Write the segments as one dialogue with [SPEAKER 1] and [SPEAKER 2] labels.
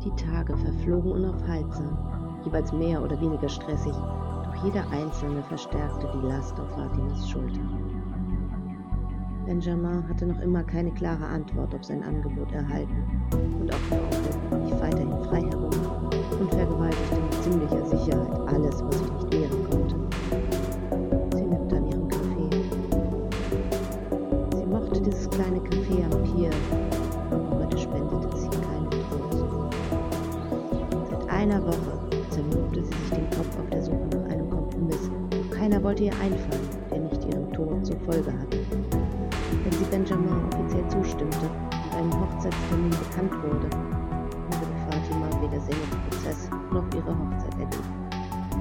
[SPEAKER 1] Die Tage verflogen unaufhaltsam, jeweils mehr oder weniger stressig, doch jeder einzelne verstärkte die Last auf Fatimas Schulter. Benjamin hatte noch immer keine klare Antwort auf sein Angebot erhalten, und auch der Onkel lief weiterhin frei herum und vergewaltigte mit ziemlicher Sicherheit alles, was sich nicht wehren konnte. Sie nippte an ihrem Kaffee. Sie mochte dieses kleine Café am Pier, aber heute spendete sie keinen Trost. Seit einer Woche zermürbte sie sich den Kopf auf der Suche nach einem Kompromiss, doch keiner wollte ihr einfallen, der nicht ihren Tod zur Folge hatte. Wenn sie Benjamin offiziell zustimmte und einen Hochzeitstermin bekannt wurde, würde Fatima weder Zeynabs Prozess noch ihre Hochzeit erleben.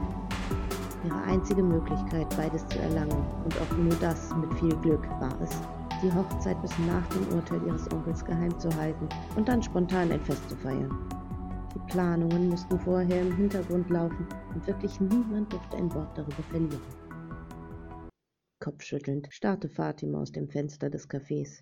[SPEAKER 1] Ihre einzige Möglichkeit, beides zu erlangen, und auch nur das mit viel Glück, war es, die Hochzeit bis nach dem Urteil ihres Onkels geheim zu halten und dann spontan ein Fest zu feiern. Die Planungen mussten vorher im Hintergrund laufen und wirklich niemand durfte ein Wort darüber verlieren. Kopfschüttelnd starrte Fatima aus dem Fenster des Cafés.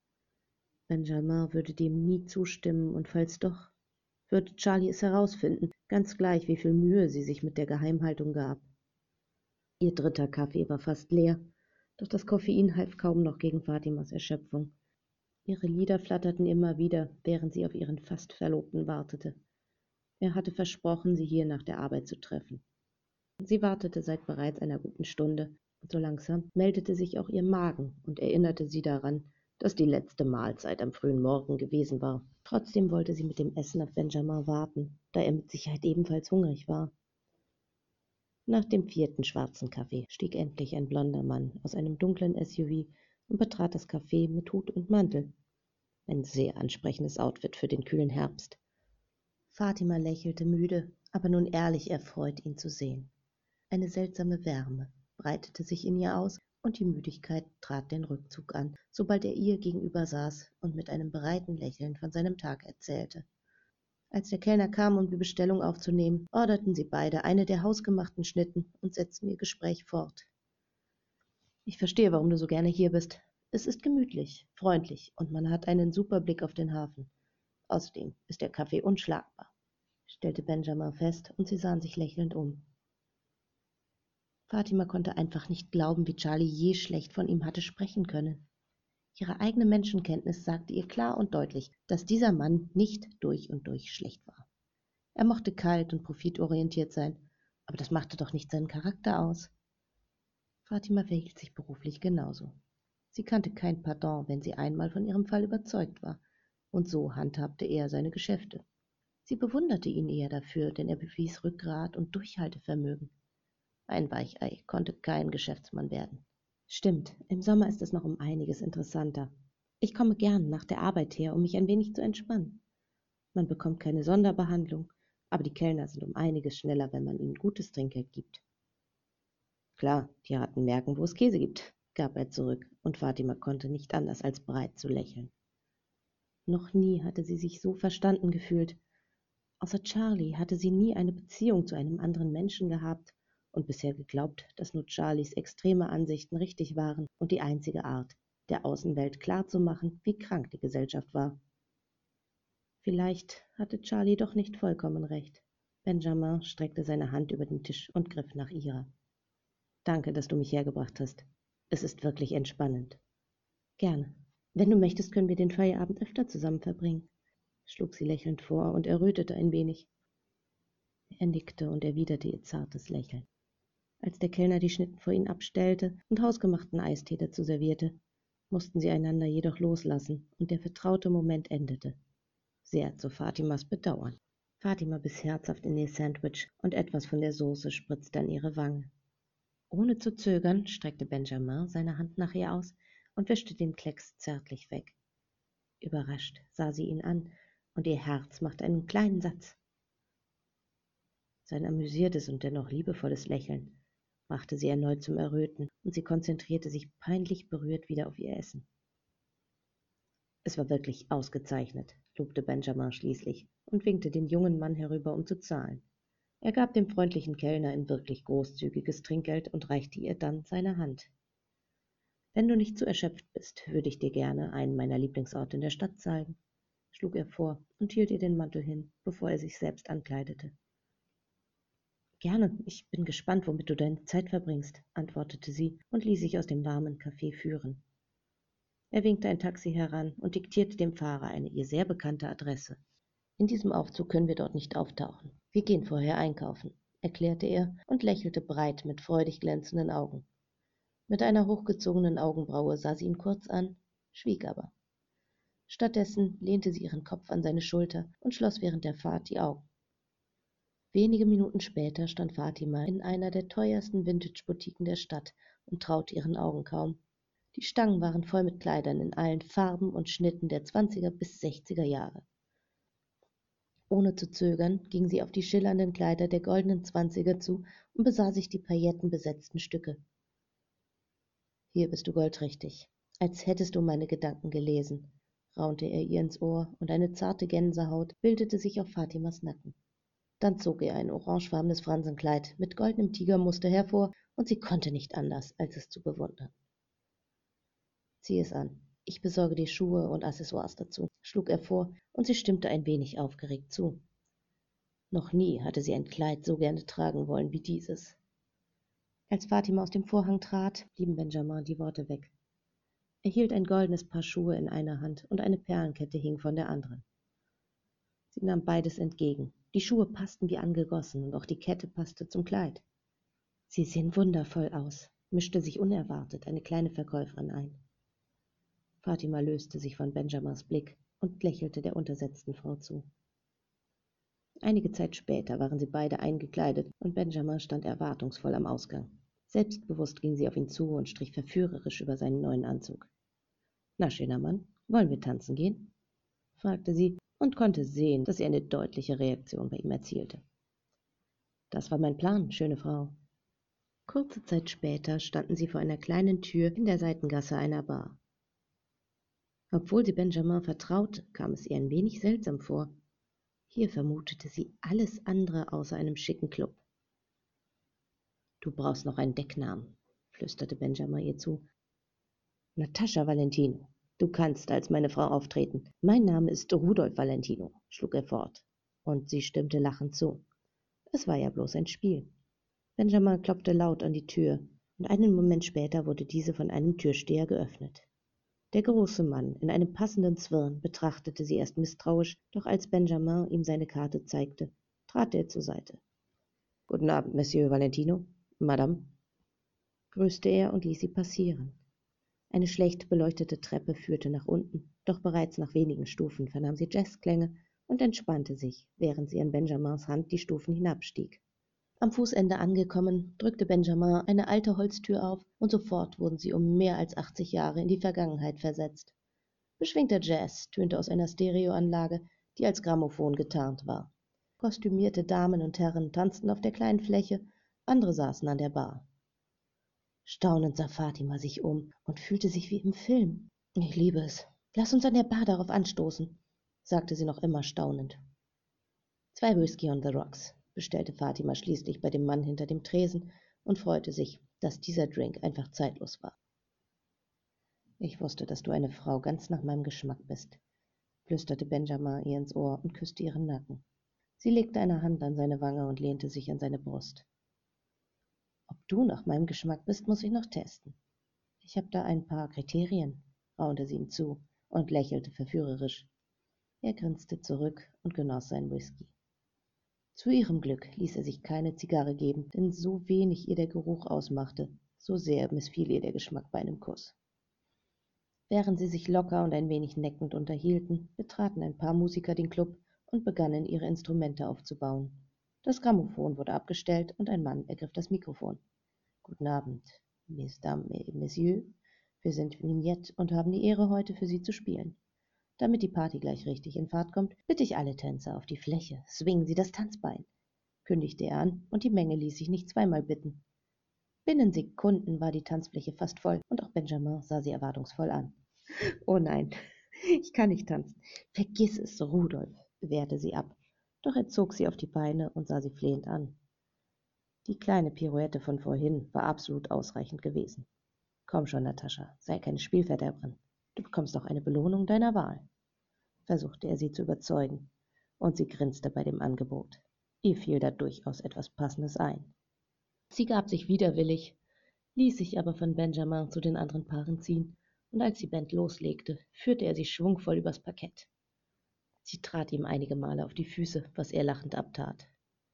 [SPEAKER 1] Benjamin würde dem nie zustimmen, und falls doch, würde Charlie es herausfinden, ganz gleich, wie viel Mühe sie sich mit der Geheimhaltung gab. Ihr dritter Kaffee war fast leer, doch das Koffein half kaum noch gegen Fatimas Erschöpfung. Ihre Lider flatterten immer wieder, während sie auf ihren fast Verlobten wartete. Er hatte versprochen, sie hier nach der Arbeit zu treffen. Sie wartete seit bereits einer guten Stunde, und so langsam meldete sich auch ihr Magen und erinnerte sie daran, dass die letzte Mahlzeit am frühen Morgen gewesen war. Trotzdem wollte sie mit dem Essen auf Benjamin warten, da er mit Sicherheit ebenfalls hungrig war. Nach dem 4. schwarzen Kaffee stieg endlich ein blonder Mann aus einem dunklen SUV und betrat das Café mit Hut und Mantel. Ein sehr ansprechendes Outfit für den kühlen Herbst. Fatima lächelte müde, aber nun ehrlich erfreut, ihn zu sehen. Eine seltsame Wärme breitete sich in ihr aus, und die Müdigkeit trat den Rückzug an, sobald er ihr gegenüber saß und mit einem breiten Lächeln von seinem Tag erzählte. Als der Kellner kam, um die Bestellung aufzunehmen, orderten sie beide eine der hausgemachten Schnitten und setzten ihr Gespräch fort. »Ich verstehe, warum du so gerne hier bist. Es ist gemütlich, freundlich und man hat einen super Blick auf den Hafen. Außerdem ist der Kaffee unschlagbar«, stellte Benjamin fest, und sie sahen sich lächelnd um. Fatima konnte einfach nicht glauben, wie Charlie je schlecht von ihm hatte sprechen können. Ihre eigene Menschenkenntnis sagte ihr klar und deutlich, dass dieser Mann nicht durch und durch schlecht war. Er mochte kalt und profitorientiert sein, aber das machte doch nicht seinen Charakter aus. Fatima verhielt sich beruflich genauso. Sie kannte kein Pardon, wenn sie einmal von ihrem Fall überzeugt war, und so handhabte er seine Geschäfte. Sie bewunderte ihn eher dafür, denn er bewies Rückgrat und Durchhaltevermögen. Ein Weichei konnte kein Geschäftsmann werden. Stimmt, im Sommer ist es noch um einiges interessanter. Ich komme gern nach der Arbeit her, um mich ein wenig zu entspannen. Man bekommt keine Sonderbehandlung, aber die Kellner sind um einiges schneller, wenn man ihnen gutes Trinkgeld gibt. Klar, die Ratten merken, wo es Käse gibt, gab er zurück, und Fatima konnte nicht anders als bereit zu lächeln. Noch nie hatte sie sich so verstanden gefühlt. Außer Charlie hatte sie nie eine Beziehung zu einem anderen Menschen gehabt und bisher geglaubt, dass nur Charlies extreme Ansichten richtig waren und die einzige Art, der Außenwelt klarzumachen, wie krank die Gesellschaft war. Vielleicht hatte Charlie doch nicht vollkommen recht. Benjamin streckte seine Hand über den Tisch und griff nach ihrer. »Danke, dass du mich hergebracht hast. Es ist wirklich entspannend.« »Gerne. Wenn du möchtest, können wir den Feierabend öfter zusammen verbringen«, schlug sie lächelnd vor und errötete ein wenig. Er nickte und erwiderte ihr zartes Lächeln. Als der Kellner die Schnitten vor ihnen abstellte und hausgemachten Eistee dazu servierte, mussten sie einander jedoch loslassen, und der vertraute Moment endete. Sehr zu Fatimas Bedauern. Fatima biss herzhaft in ihr Sandwich, und etwas von der Soße spritzte an ihre Wange. Ohne zu zögern streckte Benjamin seine Hand nach ihr aus und wischte den Klecks zärtlich weg. Überrascht sah sie ihn an, und ihr Herz machte einen kleinen Satz. Sein amüsiertes und dennoch liebevolles Lächeln brachte sie erneut zum Erröten, und sie konzentrierte sich peinlich berührt wieder auf ihr Essen. »Es war wirklich ausgezeichnet«, lobte Benjamin schließlich und winkte den jungen Mann herüber, um zu zahlen. Er gab dem freundlichen Kellner ein wirklich großzügiges Trinkgeld und reichte ihr dann seine Hand. »Wenn du nicht zu erschöpft bist, würde ich dir gerne einen meiner Lieblingsorte in der Stadt zeigen. schlug er vor und hielt ihr den Mantel hin, bevor er sich selbst ankleidete. »Gerne, ich bin gespannt, womit du deine Zeit verbringst«, antwortete sie und ließ sich aus dem warmen Café führen. Er winkte ein Taxi heran und diktierte dem Fahrer eine ihr sehr bekannte Adresse. »In diesem Aufzug können wir dort nicht auftauchen. Wir gehen vorher einkaufen«, erklärte er und lächelte breit mit freudig glänzenden Augen. Mit einer hochgezogenen Augenbraue sah sie ihn kurz an, schwieg aber. Stattdessen lehnte sie ihren Kopf an seine Schulter und schloss während der Fahrt die Augen. Wenige Minuten später stand Fatima in einer der teuersten Vintage-Boutiquen der Stadt und traute ihren Augen kaum. Die Stangen waren voll mit Kleidern in allen Farben und Schnitten der 20er bis 60er Jahre. Ohne zu zögern ging sie auf die schillernden Kleider der goldenen 20er zu und besah sich die paillettenbesetzten Stücke. »Hier bist du goldrichtig, als hättest du meine Gedanken gelesen«, raunte er ihr ins Ohr, und eine zarte Gänsehaut bildete sich auf Fatimas Nacken. Dann zog er ein orangefarbenes Fransenkleid mit goldenem Tigermuster hervor, und sie konnte nicht anders, als es zu bewundern. »Zieh es an. Ich besorge dir Schuhe und Accessoires dazu«, schlug er vor, und sie stimmte ein wenig aufgeregt zu. Noch nie hatte sie ein Kleid so gerne tragen wollen wie dieses. Als Fatima aus dem Vorhang trat, blieben Benjamin die Worte weg. Er hielt ein goldenes Paar Schuhe in einer Hand und eine Perlenkette hing von der anderen. Sie nahm beides entgegen. Die Schuhe passten wie angegossen und auch die Kette passte zum Kleid. »Sie sehen wundervoll aus«, mischte sich unerwartet eine kleine Verkäuferin ein. Fatima löste sich von Benjamins Blick und lächelte der untersetzten Frau zu. Einige Zeit später waren sie beide eingekleidet und Benjamin stand erwartungsvoll am Ausgang. Selbstbewusst ging sie auf ihn zu und strich verführerisch über seinen neuen Anzug. »Na, schöner Mann, wollen wir tanzen gehen?« fragte sie und konnte sehen, dass sie eine deutliche Reaktion bei ihm erzielte. »Das war mein Plan, schöne Frau.« Kurze Zeit später standen sie vor einer kleinen Tür in der Seitengasse einer Bar. Obwohl sie Benjamin vertraute, kam es ihr ein wenig seltsam vor. Hier vermutete sie alles andere außer einem schicken Club. »Du brauchst noch einen Decknamen«, flüsterte Benjamin ihr zu. »Natascha Valentino. Du kannst als meine Frau auftreten. Mein Name ist Rudolf Valentino«, schlug er fort, und sie stimmte lachend zu. Es war ja bloß ein Spiel. Benjamin klopfte laut an die Tür, und einen Moment später wurde diese von einem Türsteher geöffnet. Der große Mann in einem passenden Zwirn betrachtete sie erst misstrauisch, doch als Benjamin ihm seine Karte zeigte, trat er zur Seite. »Guten Abend, Monsieur Valentino, Madame«, grüßte er und ließ sie passieren. Eine schlecht beleuchtete Treppe führte nach unten, doch bereits nach wenigen Stufen vernahm sie Jazzklänge und entspannte sich, während sie an Benjamins Hand die Stufen hinabstieg. Am Fußende angekommen, drückte Benjamin eine alte Holztür auf, und sofort wurden sie um mehr als 80 Jahre in die Vergangenheit versetzt. Beschwingter Jazz tönte aus einer Stereoanlage, die als Grammophon getarnt war. Kostümierte Damen und Herren tanzten auf der kleinen Fläche, andere saßen an der Bar. Staunend sah Fatima sich um und fühlte sich wie im Film. »Ich liebe es. Lass uns an der Bar darauf anstoßen«, sagte sie noch immer staunend. »2 Whisky on the rocks«, bestellte Fatima schließlich bei dem Mann hinter dem Tresen und freute sich, dass dieser Drink einfach zeitlos war. »Ich wusste, dass du eine Frau ganz nach meinem Geschmack bist«, flüsterte Benjamin ihr ins Ohr und küsste ihren Nacken. Sie legte eine Hand an seine Wange und lehnte sich an seine Brust. »Ob du nach meinem Geschmack bist, muss ich noch testen. Ich habe da ein paar Kriterien«, raunte sie ihm zu und lächelte verführerisch. Er grinste zurück und genoss seinen Whisky. Zu ihrem Glück ließ er sich keine Zigarre geben, denn so wenig ihr der Geruch ausmachte, so sehr missfiel ihr der Geschmack bei einem Kuss. Während sie sich locker und ein wenig neckend unterhielten, betraten ein paar Musiker den Club und begannen, ihre Instrumente aufzubauen. Das Grammophon wurde abgestellt und ein Mann ergriff das Mikrofon. »Guten Abend, Mesdames et Messieurs. Wir sind Vignette und haben die Ehre, heute für Sie zu spielen. Damit die Party gleich richtig in Fahrt kommt, bitte ich alle Tänzer auf die Fläche. Swingen Sie das Tanzbein«, kündigte er an, und die Menge ließ sich nicht zweimal bitten. Binnen Sekunden war die Tanzfläche fast voll, und auch Benjamin sah sie erwartungsvoll an. »Oh nein, ich kann nicht tanzen. Vergiss es, Rudolf«, wehrte sie ab. Doch er zog sie auf die Beine und sah sie flehend an. Die kleine Pirouette von vorhin war absolut ausreichend gewesen. »Komm schon, Natascha, sei keine Spielverderberin. Du bekommst auch eine Belohnung deiner Wahl.« versuchte er sie zu überzeugen, und sie grinste bei dem Angebot. Ihr fiel da durchaus etwas Passendes ein. Sie gab sich widerwillig, ließ sich aber von Benjamin zu den anderen Paaren ziehen, und als die Band loslegte, führte er sie schwungvoll übers Parkett. Sie trat ihm einige Male auf die Füße, was er lachend abtat.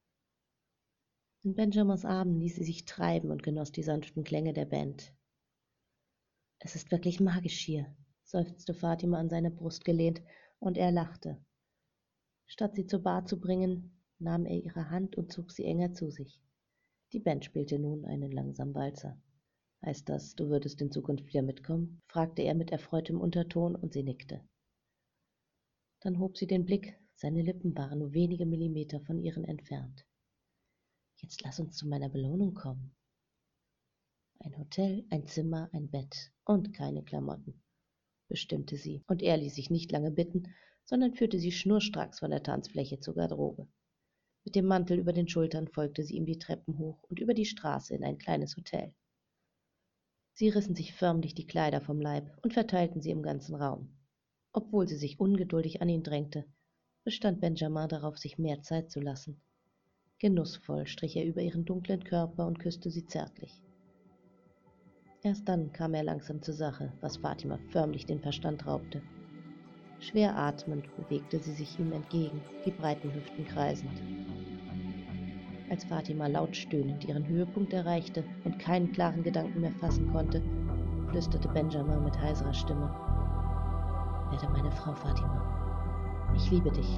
[SPEAKER 1] In Benjamins Armen ließ sie sich treiben und genoss die sanften Klänge der Band. »Es ist wirklich magisch hier«, seufzte Fatima an seine Brust gelehnt, und er lachte. Statt sie zur Bar zu bringen, nahm er ihre Hand und zog sie enger zu sich. Die Band spielte nun einen langsamen Walzer. »Heißt das, du würdest in Zukunft wieder mitkommen?« fragte er mit erfreutem Unterton, und sie nickte. Dann hob sie den Blick, seine Lippen waren nur wenige Millimeter von ihren entfernt. »Jetzt lass uns zu meiner Belohnung kommen.« »Ein Hotel, ein Zimmer, ein Bett und keine Klamotten«, bestimmte sie, und er ließ sich nicht lange bitten, sondern führte sie schnurstracks von der Tanzfläche zur Garderobe. Mit dem Mantel über den Schultern folgte sie ihm die Treppen hoch und über die Straße in ein kleines Hotel. Sie rissen sich förmlich die Kleider vom Leib und verteilten sie im ganzen Raum. Obwohl sie sich ungeduldig an ihn drängte, bestand Benjamin darauf, sich mehr Zeit zu lassen. Genussvoll strich er über ihren dunklen Körper und küsste sie zärtlich. Erst dann kam er langsam zur Sache, was Fatima förmlich den Verstand raubte. Schwer atmend bewegte sie sich ihm entgegen, die breiten Hüften kreisend. Als Fatima laut stöhnend ihren Höhepunkt erreichte und keinen klaren Gedanken mehr fassen konnte, flüsterte Benjamin mit heiserer Stimme: »Werde meine Frau, Fatima. Ich liebe dich.«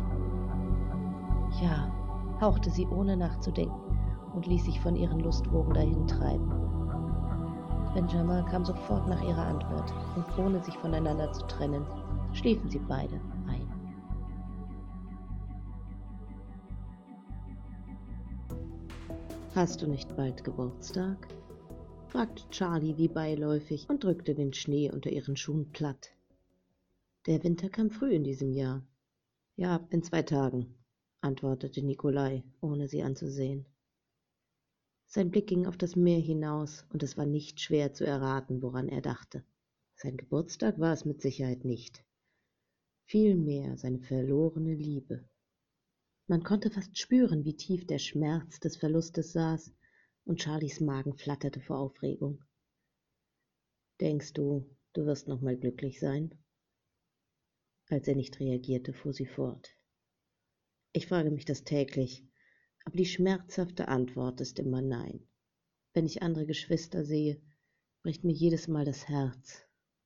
[SPEAKER 1] »Ja«, hauchte sie ohne nachzudenken und ließ sich von ihren Lustwogen dahintreiben. Benjamin kam sofort nach ihrer Antwort, und ohne sich voneinander zu trennen, schliefen sie beide ein. »Hast du nicht bald Geburtstag?« fragte Charlie wie beiläufig und drückte den Schnee unter ihren Schuhen platt. Der Winter kam früh in diesem Jahr. »Ja, in 2 Tagen«, antwortete Nikolai, ohne sie anzusehen. Sein Blick ging auf das Meer hinaus, und es war nicht schwer zu erraten, woran er dachte. Sein Geburtstag war es mit Sicherheit nicht. Vielmehr seine verlorene Liebe. Man konnte fast spüren, wie tief der Schmerz des Verlustes saß, und Charlies Magen flatterte vor Aufregung. »Denkst du, du wirst noch mal glücklich sein?« Als er nicht reagierte, fuhr sie fort. »Ich frage mich das täglich, aber die schmerzhafte Antwort ist immer nein. Wenn ich andere Geschwister sehe, bricht mir jedes Mal das Herz.«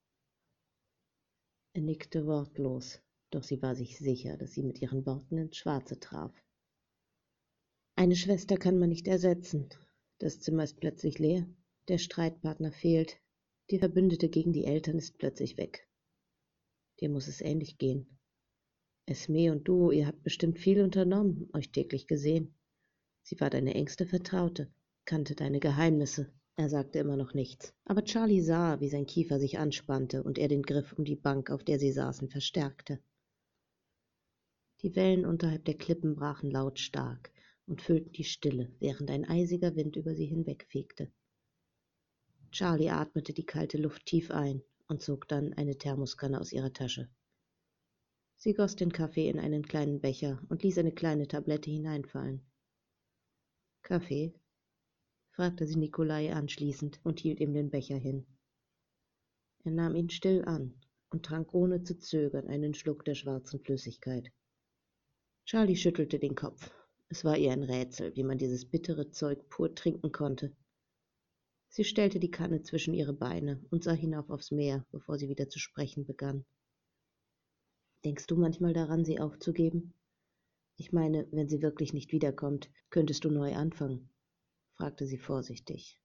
[SPEAKER 1] Er nickte wortlos, doch sie war sich sicher, dass sie mit ihren Worten ins Schwarze traf. »Eine Schwester kann man nicht ersetzen. Das Zimmer ist plötzlich leer, der Streitpartner fehlt, die Verbündete gegen die Eltern ist plötzlich weg. Dir muss es ähnlich gehen. Esme und du, ihr habt bestimmt viel unternommen, euch täglich gesehen. Sie war deine engste Vertraute, kannte deine Geheimnisse.« Er sagte immer noch nichts, aber Charlie sah, wie sein Kiefer sich anspannte und er den Griff um die Bank, auf der sie saßen, verstärkte. Die Wellen unterhalb der Klippen brachen lautstark und füllten die Stille, während ein eisiger Wind über sie hinwegfegte. Charlie atmete die kalte Luft tief ein und zog dann eine Thermoskanne aus ihrer Tasche. Sie goss den Kaffee in einen kleinen Becher und ließ eine kleine Tablette hineinfallen. »Kaffee?« fragte sie Nikolai anschließend und hielt ihm den Becher hin. Er nahm ihn still an und trank ohne zu zögern einen Schluck der schwarzen Flüssigkeit. Charlie schüttelte den Kopf. Es war ihr ein Rätsel, wie man dieses bittere Zeug pur trinken konnte. Sie stellte die Kanne zwischen ihre Beine und sah hinauf aufs Meer, bevor sie wieder zu sprechen begann. »Denkst du manchmal daran, sie aufzugeben? Ich meine, wenn sie wirklich nicht wiederkommt, könntest du neu anfangen?« fragte sie vorsichtig.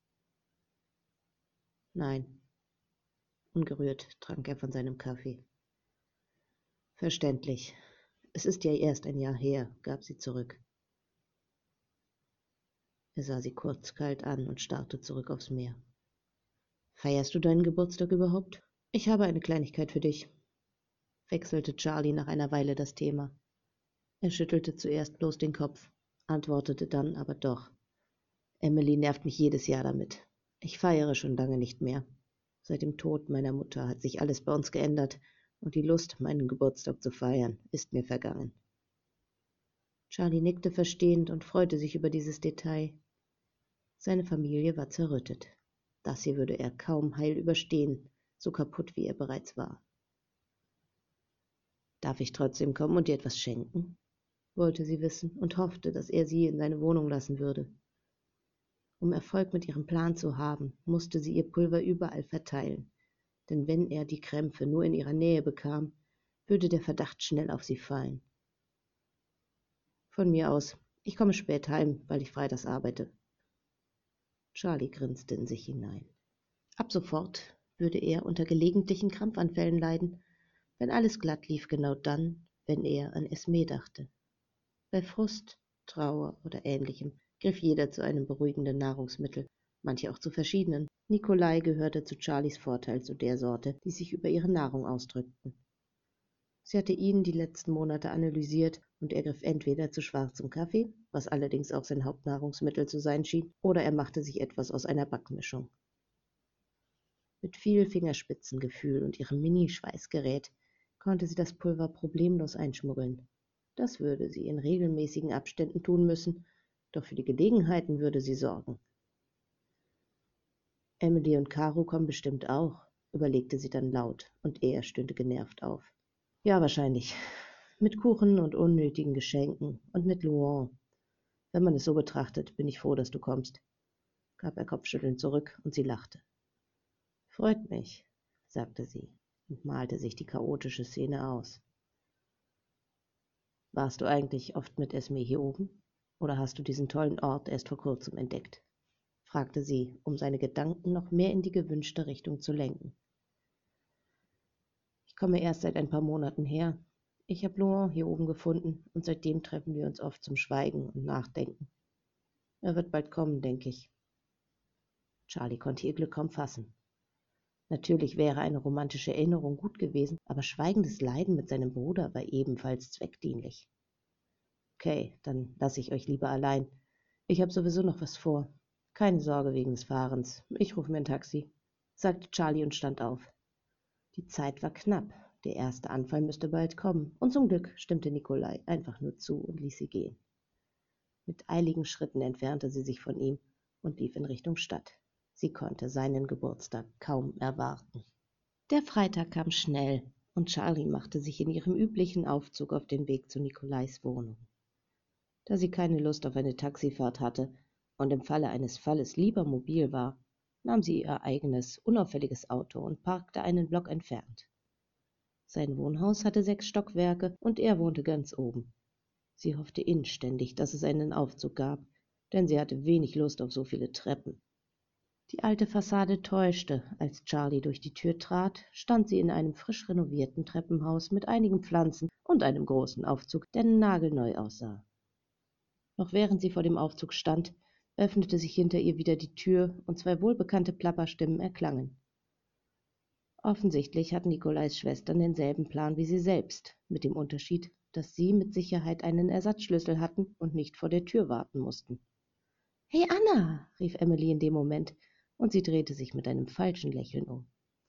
[SPEAKER 1] »Nein.« Ungerührt trank er von seinem Kaffee. »Verständlich. Es ist ja erst ein Jahr her«, gab sie zurück. Er sah sie kurz kalt an und starrte zurück aufs Meer. »Feierst du deinen Geburtstag überhaupt? Ich habe eine Kleinigkeit für dich«, wechselte Charlie nach einer Weile das Thema. Er schüttelte zuerst bloß den Kopf, antwortete dann aber doch. »Emily nervt mich jedes Jahr damit. Ich feiere schon lange nicht mehr. Seit dem Tod meiner Mutter hat sich alles bei uns geändert, und die Lust, meinen Geburtstag zu feiern, ist mir vergangen. Charlie nickte verstehend und freute sich über dieses Detail. Seine Familie war zerrüttet. Das hier würde er kaum heil überstehen, so kaputt wie er bereits war. »Darf ich trotzdem kommen und dir etwas schenken?« wollte sie wissen und hoffte, dass er sie in seine Wohnung lassen würde. Um Erfolg mit ihrem Plan zu haben, musste sie ihr Pulver überall verteilen, denn wenn er die Krämpfe nur in ihrer Nähe bekam, würde der Verdacht schnell auf sie fallen. »Von mir aus. Ich komme spät heim, weil ich freitags arbeite.« Charlie grinste in sich hinein. Ab sofort würde er unter gelegentlichen Krampfanfällen leiden, wenn alles glatt lief, genau dann, wenn er an Esme dachte. Bei Frust, Trauer oder Ähnlichem griff jeder zu einem beruhigenden Nahrungsmittel, manche auch zu verschiedenen. Nikolai gehörte zu Charlies Vorteil zu der Sorte, die sich über ihre Nahrung ausdrückten. Sie hatte ihn die letzten Monate analysiert und er griff entweder zu schwarzem Kaffee, was allerdings auch sein Hauptnahrungsmittel zu sein schien, oder er machte sich etwas aus einer Backmischung. Mit viel Fingerspitzengefühl und ihrem Mini-Schweißgerät konnte sie das Pulver problemlos einschmuggeln. Das würde sie in regelmäßigen Abständen tun müssen, doch für die Gelegenheiten würde sie sorgen. Emily und Caro kommen bestimmt auch, überlegte sie dann laut, und er stöhnte genervt auf. Ja, wahrscheinlich. Mit Kuchen und unnötigen Geschenken und mit Luan. Wenn man es so betrachtet, bin ich froh, dass du kommst, gab er kopfschüttelnd zurück, und sie lachte. Freut mich, sagte sie und malte sich die chaotische Szene aus. Warst du eigentlich oft mit Esme hier oben? Oder hast du diesen tollen Ort erst vor kurzem entdeckt? Fragte sie, um seine Gedanken noch mehr in die gewünschte Richtung zu lenken. Ich komme erst seit ein paar Monaten her. Ich habe Laurent hier oben gefunden und seitdem treffen wir uns oft zum Schweigen und Nachdenken. Er wird bald kommen, denke ich. Charlie konnte ihr Glück kaum fassen. Natürlich wäre eine romantische Erinnerung gut gewesen, aber schweigendes Leiden mit seinem Bruder war ebenfalls zweckdienlich. Okay, dann lasse ich euch lieber allein. Ich habe sowieso noch was vor. Keine Sorge wegen des Fahrens. Ich rufe mir ein Taxi, sagte Charlie und stand auf. Die Zeit war knapp. Der erste Anfall müsste bald kommen. Und zum Glück stimmte Nikolai einfach nur zu und ließ sie gehen. Mit eiligen Schritten entfernte sie sich von ihm und lief in Richtung Stadt. Sie konnte seinen Geburtstag kaum erwarten. Der Freitag kam schnell und Charlie machte sich in ihrem üblichen Aufzug auf den Weg zu Nikolais Wohnung. Da sie keine Lust auf eine Taxifahrt hatte und im Falle eines Falles lieber mobil war, nahm sie ihr eigenes, unauffälliges Auto und parkte einen Block entfernt. Sein Wohnhaus hatte 6 Stockwerke und er wohnte ganz oben. Sie hoffte inständig, dass es einen Aufzug gab, denn sie hatte wenig Lust auf so viele Treppen. Die alte Fassade täuschte. Als Charlie durch die Tür trat, stand sie in einem frisch renovierten Treppenhaus mit einigen Pflanzen und einem großen Aufzug, der nagelneu aussah. Noch während sie vor dem Aufzug stand, öffnete sich hinter ihr wieder die Tür und 2 wohlbekannte Plapperstimmen erklangen. Offensichtlich hatten Nikolais Schwestern denselben Plan wie sie selbst, mit dem Unterschied, dass sie mit Sicherheit einen Ersatzschlüssel hatten und nicht vor der Tür warten mussten. »Hey Anna«, rief Emily in dem Moment, und sie drehte sich mit einem falschen Lächeln um.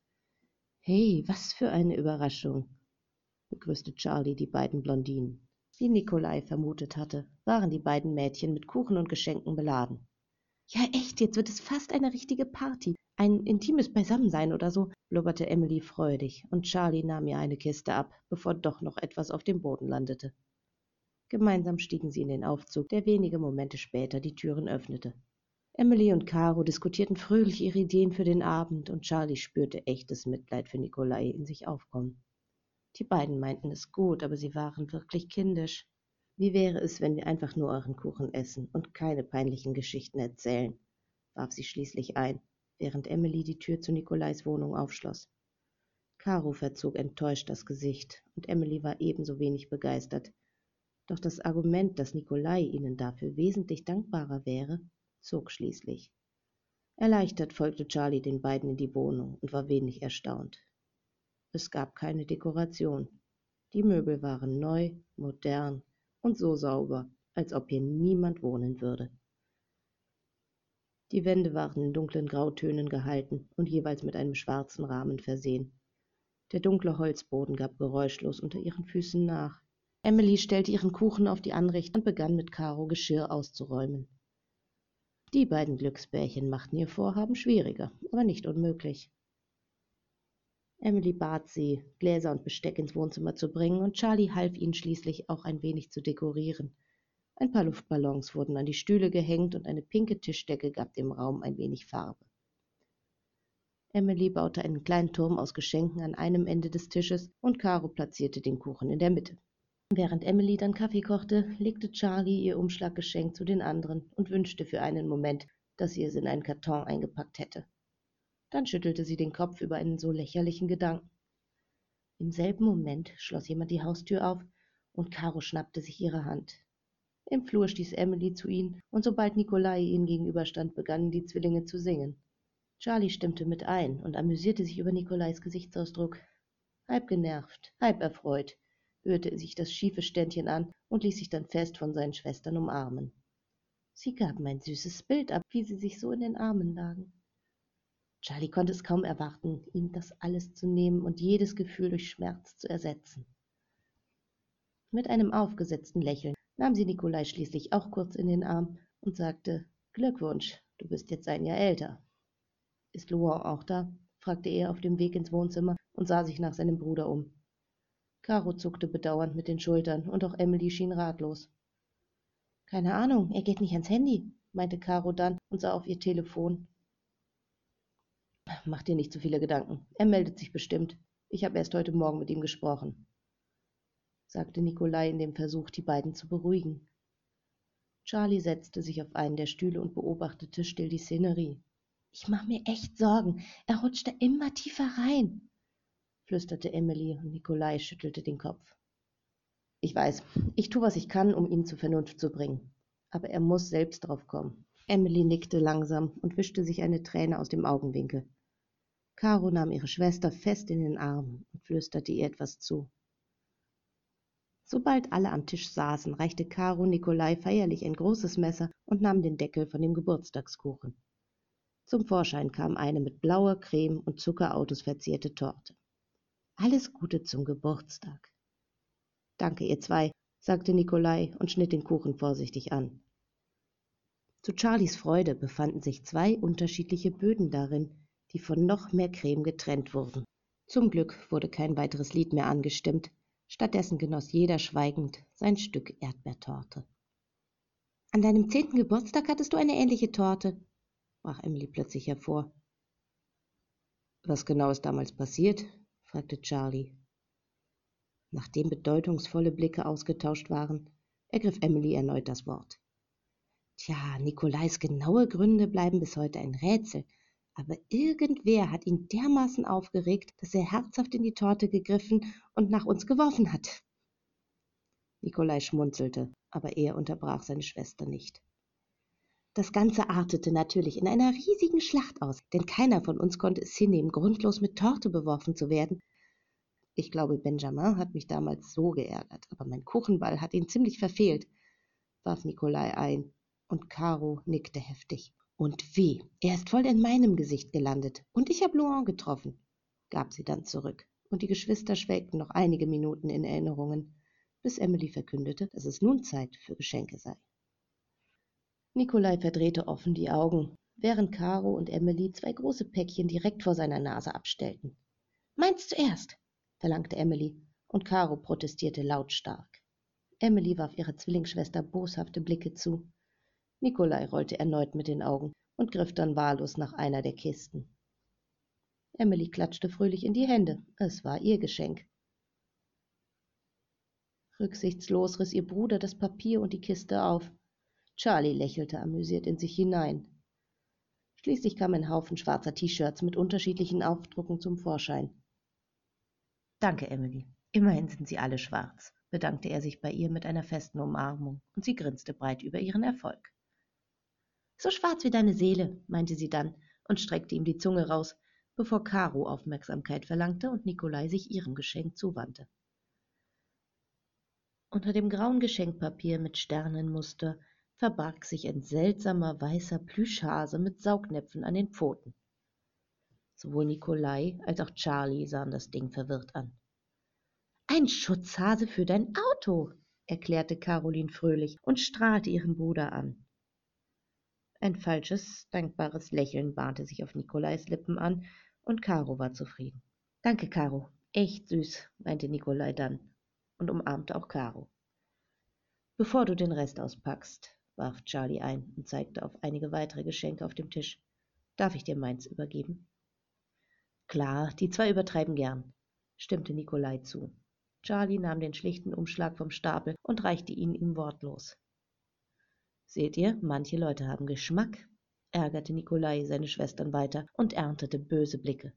[SPEAKER 1] »Hey, was für eine Überraschung«, begrüßte Charlie die beiden Blondinen. Wie Nikolai vermutet hatte, waren die beiden Mädchen mit Kuchen und Geschenken beladen. »Ja, echt, jetzt wird es fast eine richtige Party. Ein intimes Beisammensein oder so«, blubberte Emily freudig, und Charlie nahm ihr eine Kiste ab, bevor doch noch etwas auf dem Boden landete. Gemeinsam stiegen sie in den Aufzug, der wenige Momente später die Türen öffnete. Emily und Caro diskutierten fröhlich ihre Ideen für den Abend, und Charlie spürte echtes Mitleid für Nikolai in sich aufkommen. Die beiden meinten es gut, aber sie waren wirklich kindisch. »Wie wäre es, wenn wir einfach nur euren Kuchen essen und keine peinlichen Geschichten erzählen?«, warf sie schließlich ein, während Emily die Tür zu Nikolais Wohnung aufschloss. Caro verzog enttäuscht das Gesicht, und Emily war ebenso wenig begeistert. Doch das Argument, dass Nikolai ihnen dafür wesentlich dankbarer wäre, zog schließlich. Erleichtert folgte Charlie den beiden in die Wohnung und war wenig erstaunt. Es gab keine Dekoration. Die Möbel waren neu, modern und so sauber, als ob hier niemand wohnen würde. Die Wände waren in dunklen Grautönen gehalten und jeweils mit einem schwarzen Rahmen versehen. Der dunkle Holzboden gab geräuschlos unter ihren Füßen nach. Emily stellte ihren Kuchen auf die Anrichte und begann mit Caro Geschirr auszuräumen. Die beiden Glücksbärchen machten ihr Vorhaben schwieriger, aber nicht unmöglich. Emily bat sie, Gläser und Besteck ins Wohnzimmer zu bringen, und Charlie half ihnen schließlich auch ein wenig zu dekorieren. Ein paar Luftballons wurden an die Stühle gehängt und eine pinke Tischdecke gab dem Raum ein wenig Farbe. Emily baute einen kleinen Turm aus Geschenken an einem Ende des Tisches und Caro platzierte den Kuchen in der Mitte. Während Emily dann Kaffee kochte, legte Charlie ihr Umschlaggeschenk zu den anderen und wünschte für einen Moment, dass sie es in einen Karton eingepackt hätte. Dann schüttelte sie den Kopf über einen so lächerlichen Gedanken. Im selben Moment schloss jemand die Haustür auf und Caro schnappte sich ihre Hand. Im Flur stieß Emily zu ihnen, und sobald Nikolai ihnen gegenüberstand, begannen die Zwillinge zu singen. Charlie stimmte mit ein und amüsierte sich über Nikolais Gesichtsausdruck. Halb genervt, halb erfreut, hörte er sich das schiefe Ständchen an und ließ sich dann fest von seinen Schwestern umarmen. Sie gaben ein süßes Bild ab, wie sie sich so in den Armen lagen. Charlie konnte es kaum erwarten, ihm das alles zu nehmen und jedes Gefühl durch Schmerz zu ersetzen. Mit einem aufgesetzten Lächeln nahm sie Nikolai schließlich auch kurz in den Arm und sagte: »Glückwunsch, du bist jetzt ein Jahr älter.« »Ist Laurent auch da?« fragte er auf dem Weg ins Wohnzimmer und sah sich nach seinem Bruder um. Caro zuckte bedauernd mit den Schultern, und auch Emily schien ratlos. »Keine Ahnung, er geht nicht ans Handy«, meinte Caro dann und sah auf ihr Telefon. »Mach dir nicht zu viele Gedanken. Er meldet sich bestimmt. Ich habe erst heute Morgen mit ihm gesprochen«, sagte Nikolai in dem Versuch, die beiden zu beruhigen. Charlie setzte sich auf einen der Stühle und beobachtete still die Szenerie. »Ich mache mir echt Sorgen. Er rutscht da immer tiefer rein«, flüsterte Emily, und Nikolai schüttelte den Kopf. »Ich weiß, ich tue, was ich kann, um ihn zur Vernunft zu bringen. Aber er muss selbst drauf kommen.« Emily nickte langsam und wischte sich eine Träne aus dem Augenwinkel. Caro nahm ihre Schwester fest in den Arm und flüsterte ihr etwas zu. Sobald alle am Tisch saßen, reichte Caro Nikolai feierlich ein großes Messer und nahm den Deckel von dem Geburtstagskuchen. Zum Vorschein kam eine mit blauer Creme und Zuckerautos verzierte Torte. »Alles Gute zum Geburtstag.« »Danke, ihr zwei«, sagte Nikolai und schnitt den Kuchen vorsichtig an. Zu Charlies Freude befanden sich 2 unterschiedliche Böden darin, die von noch mehr Creme getrennt wurden. Zum Glück wurde kein weiteres Lied mehr angestimmt, stattdessen genoss jeder schweigend sein Stück Erdbeertorte. »An deinem 10. Geburtstag hattest du eine ähnliche Torte«, brach Emily plötzlich hervor. »Was genau ist damals passiert?«, fragte Charlie. Nachdem bedeutungsvolle Blicke ausgetauscht waren, ergriff Emily erneut das Wort. »Tja, Nikolais genaue Gründe bleiben bis heute ein Rätsel, aber irgendwer hat ihn dermaßen aufgeregt, dass er herzhaft in die Torte gegriffen und nach uns geworfen hat.« Nikolai schmunzelte, aber er unterbrach seine Schwester nicht. »Das Ganze artete natürlich in einer riesigen Schlacht aus, denn keiner von uns konnte es hinnehmen, grundlos mit Torte beworfen zu werden. Ich glaube, Benjamin hat mich damals so geärgert, aber mein Kuchenball hat ihn ziemlich verfehlt«, warf Nikolai ein, und Caro nickte heftig. »Und wie, er ist voll in meinem Gesicht gelandet, und ich habe Laurent getroffen«, gab sie dann zurück, und die Geschwister schwelgten noch einige Minuten in Erinnerungen, bis Emily verkündete, dass es nun Zeit für Geschenke sei. Nikolai verdrehte offen die Augen, während Caro und Emily 2 große Päckchen direkt vor seiner Nase abstellten. »Meins zuerst«, verlangte Emily, und Caro protestierte lautstark. Emily warf ihrer Zwillingsschwester boshafte Blicke zu. Nikolai rollte erneut mit den Augen und griff dann wahllos nach einer der Kisten. Emily klatschte fröhlich in die Hände. Es war ihr Geschenk. Rücksichtslos riss ihr Bruder das Papier und die Kiste auf. Charlie lächelte amüsiert in sich hinein. Schließlich kam ein Haufen schwarzer T-Shirts mit unterschiedlichen Aufdrucken zum Vorschein. »Danke, Emily. Immerhin sind sie alle schwarz«, bedankte er sich bei ihr mit einer festen Umarmung, und sie grinste breit über ihren Erfolg. »So schwarz wie deine Seele«, meinte sie dann und streckte ihm die Zunge raus, bevor Caro Aufmerksamkeit verlangte und Nikolai sich ihrem Geschenk zuwandte. Unter dem grauen Geschenkpapier mit Sternenmuster verbarg sich ein seltsamer weißer Plüschhase mit Saugnäpfen an den Pfoten. Sowohl Nikolai als auch Charlie sahen das Ding verwirrt an. »Ein Schutzhase für dein Auto«, erklärte Caroline fröhlich und strahlte ihren Bruder an. Ein falsches, dankbares Lächeln bahnte sich auf Nikolais Lippen an, und Caro war zufrieden. »Danke, Caro, echt süß«, meinte Nikolai dann und umarmte auch Caro. »Bevor du den Rest auspackst«, warf Charlie ein und zeigte auf einige weitere Geschenke auf dem Tisch. »Darf ich dir meins übergeben?« »Klar, die zwei übertreiben gern«, stimmte Nikolai zu. Charlie nahm den schlichten Umschlag vom Stapel und reichte ihn ihm wortlos. »Seht ihr, manche Leute haben Geschmack«, ärgerte Nikolai seine Schwestern weiter und erntete böse Blicke.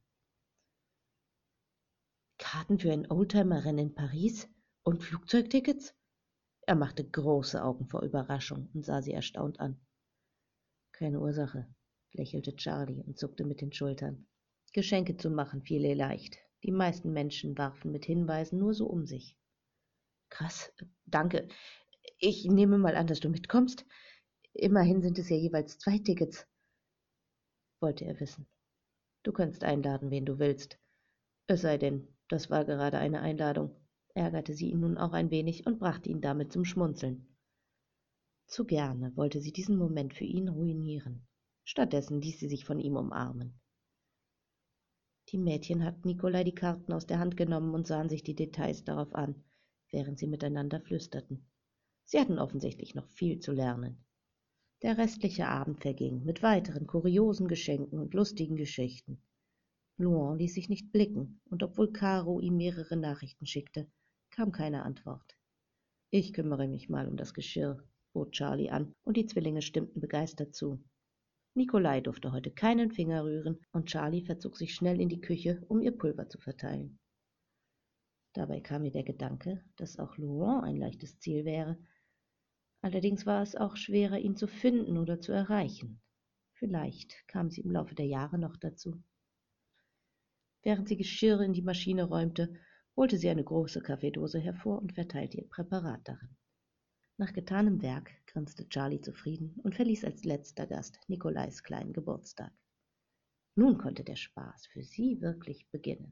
[SPEAKER 1] »Karten für ein Oldtimer-Rennen in Paris und Flugzeugtickets?« Er machte große Augen vor Überraschung und sah sie erstaunt an. »Keine Ursache«, lächelte Charlie und zuckte mit den Schultern. Geschenke zu machen fiel ihr leicht. Die meisten Menschen warfen mit Hinweisen nur so um sich. »Krass, danke. Ich nehme mal an, dass du mitkommst. Immerhin sind es ja jeweils 2 Tickets«, wollte er wissen. »Du kannst einladen, wen du willst. Es sei denn, das war gerade eine Einladung«, ärgerte sie ihn nun auch ein wenig und brachte ihn damit zum Schmunzeln. Zu gerne wollte sie diesen Moment für ihn ruinieren. Stattdessen ließ sie sich von ihm umarmen. Die Mädchen hatten Nikolai die Karten aus der Hand genommen und sahen sich die Details darauf an, während sie miteinander flüsterten. Sie hatten offensichtlich noch viel zu lernen. Der restliche Abend verging mit weiteren kuriosen Geschenken und lustigen Geschichten. Luan ließ sich nicht blicken, und obwohl Caro ihm mehrere Nachrichten schickte, kam keine Antwort. »Ich kümmere mich mal um das Geschirr«, bot Charlie an, und die Zwillinge stimmten begeistert zu. Nikolai durfte heute keinen Finger rühren, und Charlie verzog sich schnell in die Küche, um ihr Pulver zu verteilen. Dabei kam ihr der Gedanke, dass auch Luan ein leichtes Ziel wäre. Allerdings war es auch schwerer, ihn zu finden oder zu erreichen. Vielleicht kam sie im Laufe der Jahre noch dazu. Während sie Geschirr in die Maschine räumte, holte sie eine große Kaffeedose hervor und verteilte ihr Präparat darin. Nach getanem Werk grinste Charlie zufrieden und verließ als letzter Gast Nikolais kleinen Geburtstag. Nun konnte der Spaß für sie wirklich beginnen.